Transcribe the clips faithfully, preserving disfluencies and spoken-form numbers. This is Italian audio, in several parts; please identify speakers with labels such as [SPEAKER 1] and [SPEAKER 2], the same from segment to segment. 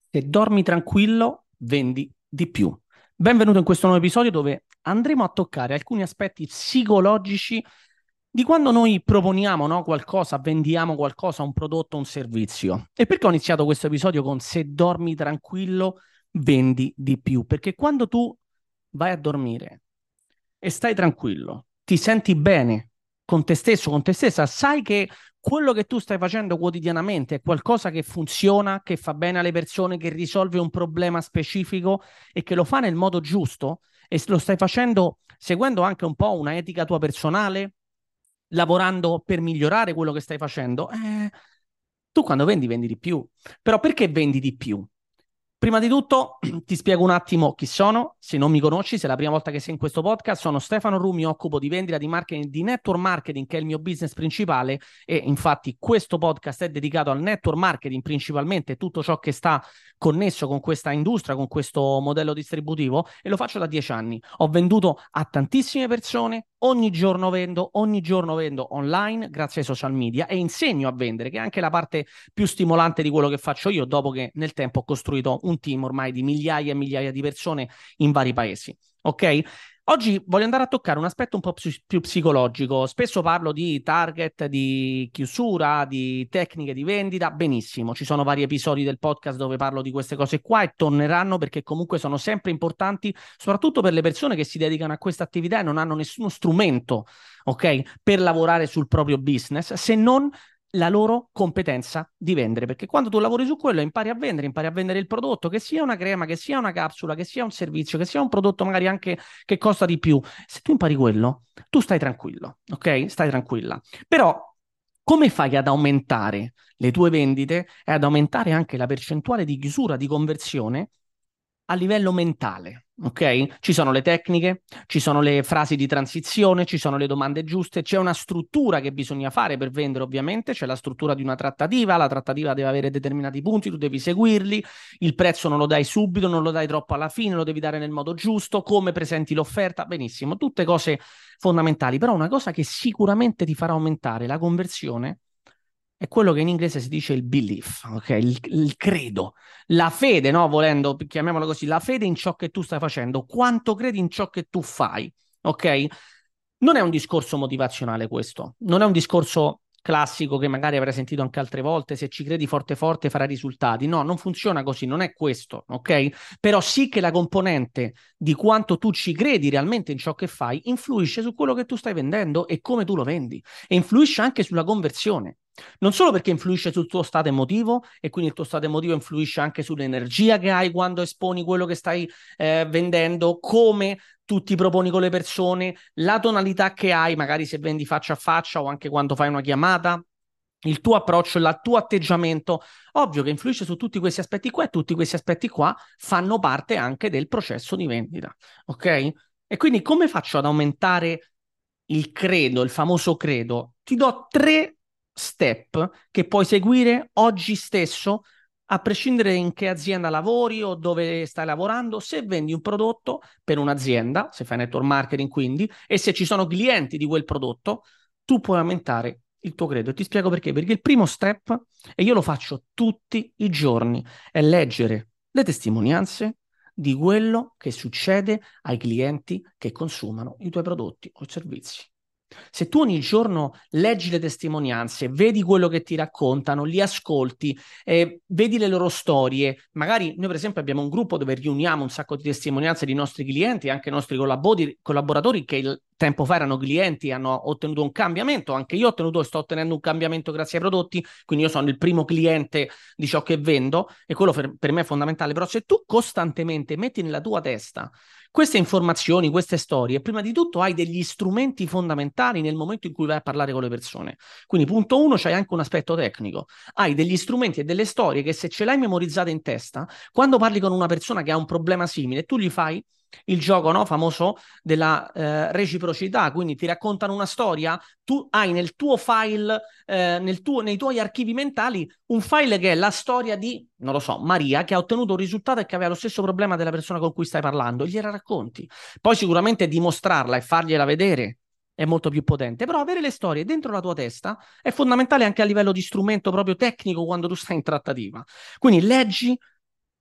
[SPEAKER 1] Se dormi tranquillo, vendi di più. Benvenuto in questo nuovo episodio dove andremo a toccare alcuni aspetti psicologici di quando noi proponiamo, no, qualcosa, vendiamo qualcosa, un prodotto, un servizio. E perché ho iniziato questo episodio con se dormi tranquillo, vendi di più? Perché quando tu vai a dormire e stai tranquillo, ti senti bene con te stesso, con te stessa, sai che quello che tu stai facendo quotidianamente è qualcosa che funziona, che fa bene alle persone, che risolve un problema specifico e che lo fa nel modo giusto e lo stai facendo seguendo anche un po' una etica tua personale, lavorando per migliorare quello che stai facendo, eh, tu quando vendi, vendi di più. Però perché vendi di più? Prima di tutto ti spiego un attimo chi sono, se non mi conosci, se è la prima volta che sei in questo podcast, sono Stefano Ru, mi occupo di vendita, di marketing, di network marketing, che è il mio business principale e infatti questo podcast è dedicato al network marketing principalmente, tutto ciò che sta connesso con questa industria, con questo modello distributivo e lo faccio da dieci anni. Ho venduto a tantissime persone, ogni giorno vendo, ogni giorno vendo online grazie ai social media e insegno a vendere, che è anche la parte più stimolante di quello che faccio io, dopo che nel tempo ho costruito un team ormai di migliaia e migliaia di persone in vari paesi. Ok? Oggi voglio andare a toccare un aspetto un po' più, più psicologico. Spesso parlo di target, di chiusura, di tecniche di vendita. Benissimo, ci sono vari episodi del podcast dove parlo di queste cose qua e torneranno perché comunque sono sempre importanti, soprattutto per le persone che si dedicano a questa attività e non hanno nessuno strumento, ok, per lavorare sul proprio business, se non la loro competenza di vendere, perché quando tu lavori su quello impari a vendere, impari a vendere il prodotto, che sia una crema, che sia una capsula, che sia un servizio, che sia un prodotto magari anche che costa di più. Se tu impari quello, tu stai tranquillo, ok? Stai tranquilla. Però come fai ad aumentare le tue vendite e ad aumentare anche la percentuale di chiusura, di conversione a livello mentale, ok? Ci sono le tecniche, ci sono le frasi di transizione, ci sono le domande giuste, c'è una struttura che bisogna fare per vendere, ovviamente, c'è la struttura di una trattativa, la trattativa deve avere determinati punti, tu devi seguirli, il prezzo non lo dai subito, non lo dai troppo alla fine, lo devi dare nel modo giusto, come presenti l'offerta, benissimo, tutte cose fondamentali, però una cosa che sicuramente ti farà aumentare la conversione è quello che in inglese si dice il belief, ok? Il, il credo, la fede, no? Volendo, chiamiamolo così, la fede in ciò che tu stai facendo, quanto credi in ciò che tu fai, ok? Non è un discorso motivazionale questo, non è un discorso classico che magari avrai sentito anche altre volte, se ci credi forte forte farai risultati. No, non funziona così, non è questo, ok? Però sì che la componente di quanto tu ci credi realmente in ciò che fai influisce su quello che tu stai vendendo e come tu lo vendi e influisce anche sulla conversione. Non solo perché influisce sul tuo stato emotivo e quindi il tuo stato emotivo influisce anche sull'energia che hai quando esponi quello che stai eh, vendendo, come tu ti proponi con le persone, la tonalità che hai, magari se vendi faccia a faccia o anche quando fai una chiamata, il tuo approccio, il tuo atteggiamento, ovvio che influisce su tutti questi aspetti qua e tutti questi aspetti qua fanno parte anche del processo di vendita, ok? E quindi come faccio ad aumentare il credo, il famoso credo? Ti do tre step che puoi seguire oggi stesso, a prescindere in che azienda lavori o dove stai lavorando, se vendi un prodotto per un'azienda, se fai network marketing quindi, e se ci sono clienti di quel prodotto, tu puoi aumentare il tuo credo. E ti spiego perché. Perché il primo step, e io lo faccio tutti i giorni, è leggere le testimonianze di quello che succede ai clienti che consumano i tuoi prodotti o servizi. Se tu ogni giorno leggi le testimonianze, vedi quello che ti raccontano, li ascolti, eh, vedi le loro storie, magari noi per esempio abbiamo un gruppo dove riuniamo un sacco di testimonianze di nostri clienti, anche nostri collabori- collaboratori che il tempo fa erano clienti e hanno ottenuto un cambiamento, anche io ho ottenuto e sto ottenendo un cambiamento grazie ai prodotti, quindi io sono il primo cliente di ciò che vendo e quello per, per me è fondamentale, però se tu costantemente metti nella tua testa queste informazioni, queste storie, prima di tutto hai degli strumenti fondamentali nel momento in cui vai a parlare con le persone. Quindi, punto uno, c'hai anche un aspetto tecnico. Hai degli strumenti e delle storie che se ce l'hai memorizzate in testa, quando parli con una persona che ha un problema simile, tu gli fai il gioco, no, famoso della eh, reciprocità, quindi ti raccontano una storia, tu hai nel tuo file, eh, nel tuo, nei tuoi archivi mentali, un file che è la storia di, non lo so, Maria, che ha ottenuto un risultato e che aveva lo stesso problema della persona con cui stai parlando, gliela racconti. Poi sicuramente dimostrarla e fargliela vedere è molto più potente, però avere le storie dentro la tua testa è fondamentale anche a livello di strumento proprio tecnico quando tu stai in trattativa. Quindi leggi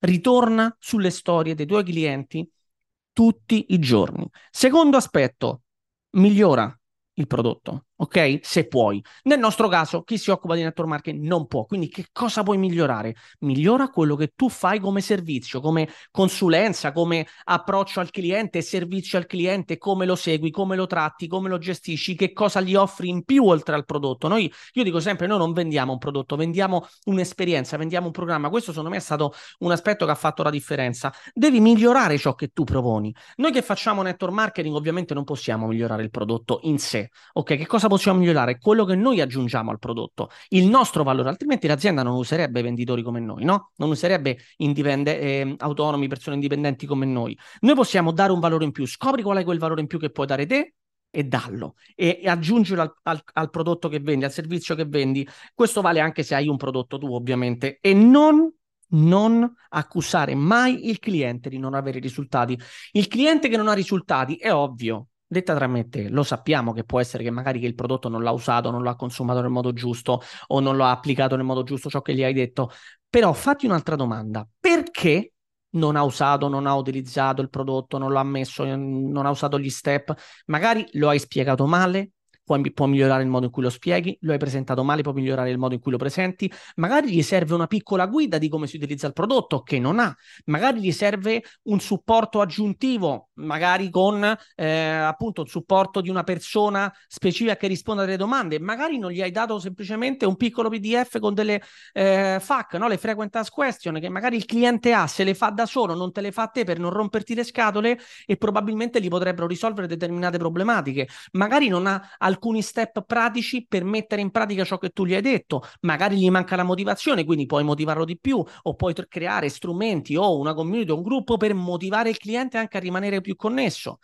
[SPEAKER 1] ritorna sulle storie dei tuoi clienti tutti i giorni. Secondo aspetto, migliora il prodotto, ok? Se puoi. Nel nostro caso, chi si occupa di network marketing non può. Quindi che cosa puoi migliorare? Migliora quello che tu fai come servizio, come consulenza, come approccio al cliente, servizio al cliente, come lo segui, come lo tratti, come lo gestisci, che cosa gli offri in più oltre al prodotto. Noi, io dico sempre, noi non vendiamo un prodotto, vendiamo un'esperienza, vendiamo un programma. Questo secondo me è stato un aspetto che ha fatto la differenza. Devi migliorare ciò che tu proponi. Noi che facciamo network marketing ovviamente non possiamo migliorare il prodotto in sé. Ok, che cosa possiamo migliorare? Quello che noi aggiungiamo al prodotto, il nostro valore, altrimenti l'azienda non userebbe venditori come noi, no? Non userebbe indipende- eh, autonomi, persone indipendenti come noi. Noi possiamo dare un valore in più, scopri qual è quel valore in più che puoi dare te e dallo e, e aggiungilo al, al, al prodotto che vendi, al servizio che vendi. Questo vale anche se hai un prodotto tu, ovviamente, e non non accusare mai il cliente di non avere risultati. Il cliente che non ha risultati è ovvio, detta tra me e te, lo sappiamo che può essere che magari che il prodotto non l'ha usato, non l'ha consumato nel modo giusto o non lo ha applicato nel modo giusto ciò che gli hai detto. Però fatti un'altra domanda: perché non ha usato, non ha utilizzato il prodotto, non lo ha messo, non ha usato gli step? Magari lo hai spiegato male, puoi, può migliorare il modo in cui lo spieghi, lo hai presentato male, può migliorare il modo in cui lo presenti, magari gli serve una piccola guida di come si utilizza il prodotto che non ha, magari gli serve un supporto aggiuntivo, magari con eh, appunto il supporto di una persona specifica che risponda alle domande, magari non gli hai dato semplicemente un piccolo P D F con delle eh, F A Q, no? Le frequent asked question che magari il cliente ha, se le fa da solo, non te le fa a te per non romperti le scatole e probabilmente gli potrebbero risolvere determinate problematiche. Magari non ha alcuni step pratici per mettere in pratica ciò che tu gli hai detto, magari gli manca la motivazione, quindi puoi motivarlo di più o puoi t- creare strumenti o una community o un gruppo per motivare il cliente anche a rimanere più connesso.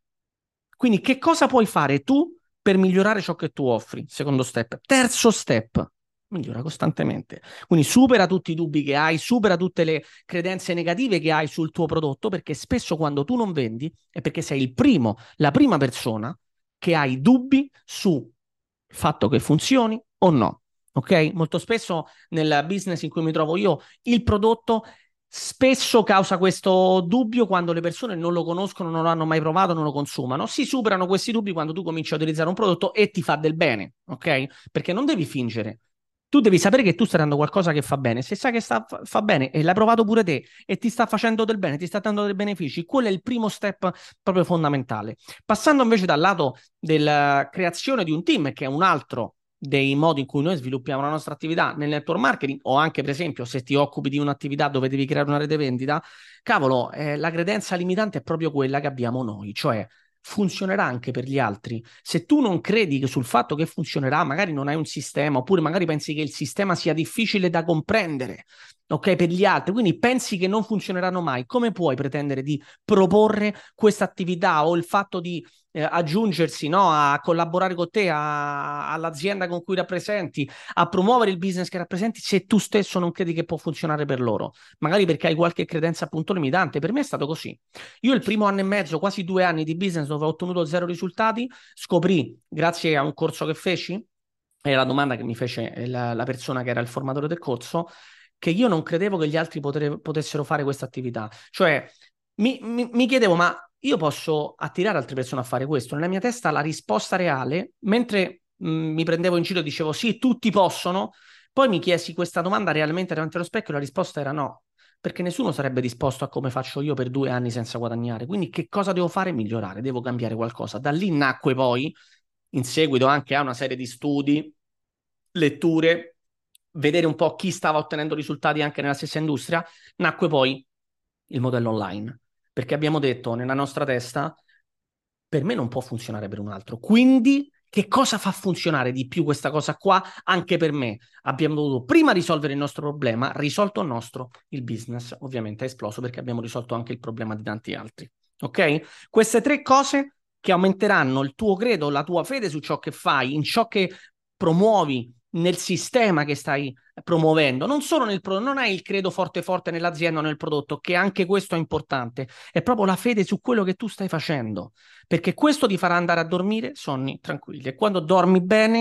[SPEAKER 1] Quindi che cosa puoi fare tu per migliorare ciò che tu offri? Secondo step. Terzo step. Migliora costantemente. Quindi supera tutti i dubbi che hai, supera tutte le credenze negative che hai sul tuo prodotto, perché spesso quando tu non vendi è perché sei il primo, la prima persona che hai dubbi sul fatto che funzioni o no. Ok? Molto spesso nel business in cui mi trovo io, il prodotto spesso causa questo dubbio quando le persone non lo conoscono, non lo hanno mai provato, non lo consumano. Si superano questi dubbi quando tu cominci a utilizzare un prodotto e ti fa del bene, ok? Perché non devi fingere. Tu devi sapere che tu stai dando qualcosa che fa bene. Se sai che sta, fa bene e l'hai provato pure te e ti sta facendo del bene, ti sta dando dei benefici, quello è il primo step proprio fondamentale. Passando invece dal lato della creazione di un team, che è un altro dei modi in cui noi sviluppiamo la nostra attività nel network marketing, o anche per esempio se ti occupi di un'attività dove devi creare una rete vendita, cavolo, eh, la credenza limitante è proprio quella che abbiamo noi, cioè funzionerà anche per gli altri. Se tu non credi che sul fatto che funzionerà, magari non hai un sistema, oppure magari pensi che il sistema sia difficile da comprendere, ok, per gli altri, quindi pensi che non funzioneranno mai, come puoi pretendere di proporre questa attività o il fatto di eh, aggiungersi, no, a collaborare con te, a, all'azienda con cui rappresenti, a promuovere il business che rappresenti, se tu stesso non credi che può funzionare per loro? Magari perché hai qualche credenza appunto limitante. Per me è stato così. Io il primo anno e mezzo, quasi due anni di business dove ho ottenuto zero risultati, scoprì, grazie a un corso che feci, e la domanda che mi fece la, la persona che era il formatore del corso, che io non credevo che gli altri potre, potessero fare questa attività. Cioè, mi, mi, mi chiedevo, ma io posso attirare altre persone a fare questo? Nella mia testa la risposta reale, mentre mh, mi prendevo in giro e dicevo sì, tutti possono, poi mi chiesi questa domanda realmente davanti allo specchio e la risposta era no, perché nessuno sarebbe disposto a come faccio io per due anni senza guadagnare. Quindi che cosa devo fare? Migliorare, devo cambiare qualcosa. Da lì nacque poi, in seguito anche a una serie di studi, letture, vedere un po' chi stava ottenendo risultati anche nella stessa industria, nacque poi il modello online. Perché abbiamo detto nella nostra testa, per me non può funzionare per un altro. Quindi che cosa fa funzionare di più questa cosa qua anche per me? Abbiamo dovuto prima risolvere il nostro problema, risolto il nostro, il business ovviamente è esploso perché abbiamo risolto anche il problema di tanti altri. Ok? Queste tre cose che aumenteranno il tuo credo, la tua fede su ciò che fai, in ciò che promuovi nel sistema che stai promuovendo, non solo nel prodotto, non hai il credo forte forte nell'azienda o nel prodotto, che anche questo è importante, è proprio la fede su quello che tu stai facendo, perché questo ti farà andare a dormire sonni tranquilli e quando dormi bene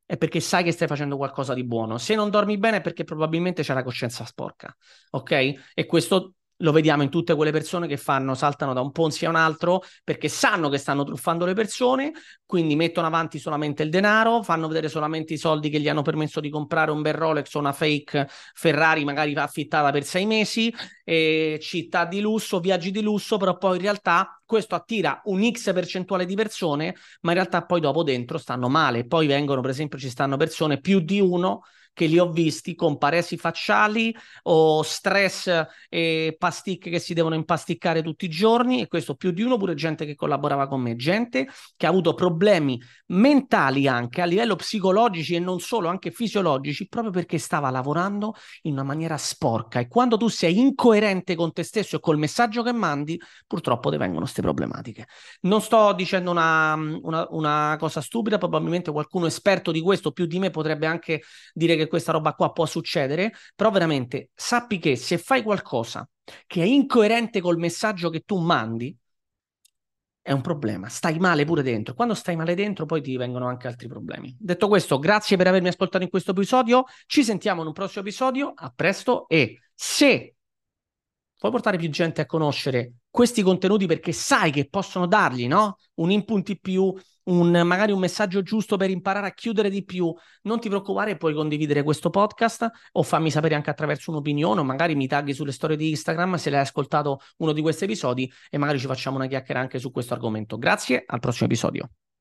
[SPEAKER 1] è perché sai che stai facendo qualcosa di buono. Se non dormi bene è perché probabilmente c'è la coscienza sporca, ok? E questo lo vediamo in tutte quelle persone che fanno, saltano da un Ponzi a un altro perché sanno che stanno truffando le persone, quindi mettono avanti solamente il denaro, fanno vedere solamente i soldi che gli hanno permesso di comprare un bel Rolex o una fake Ferrari magari affittata per sei mesi, e città di lusso, viaggi di lusso, però poi in realtà questo attira un X percentuale di persone, ma in realtà poi dopo dentro stanno male. Poi vengono, per esempio, ci stanno persone, più di uno, che li ho visti con paresi facciali o stress e pasticche che si devono impasticcare tutti i giorni, e questo più di uno, pure gente che collaborava con me, gente che ha avuto problemi mentali anche a livello psicologici e non solo, anche fisiologici, proprio perché stava lavorando in una maniera sporca. E quando tu sei incoerente con te stesso e col messaggio che mandi, purtroppo ti vengono queste problematiche. Non sto dicendo una, una, una cosa stupida, probabilmente qualcuno esperto di questo più di me potrebbe anche dire che questa roba qua può succedere, però veramente sappi che se fai qualcosa che è incoerente col messaggio che tu mandi, è un problema, stai male pure dentro. Quando stai male dentro, poi ti vengono anche altri problemi. Detto questo, grazie per avermi ascoltato in questo episodio. Ci sentiamo in un prossimo episodio. A presto. E se puoi portare più gente a conoscere questi contenuti perché sai che possono dargli, no? Un input in più, un, magari un messaggio giusto per imparare a chiudere di più. Non ti preoccupare, puoi condividere questo podcast o fammi sapere anche attraverso un'opinione, o magari mi tagli sulle storie di Instagram se l'hai ascoltato uno di questi episodi, e magari ci facciamo una chiacchiera anche su questo argomento. Grazie, al prossimo episodio.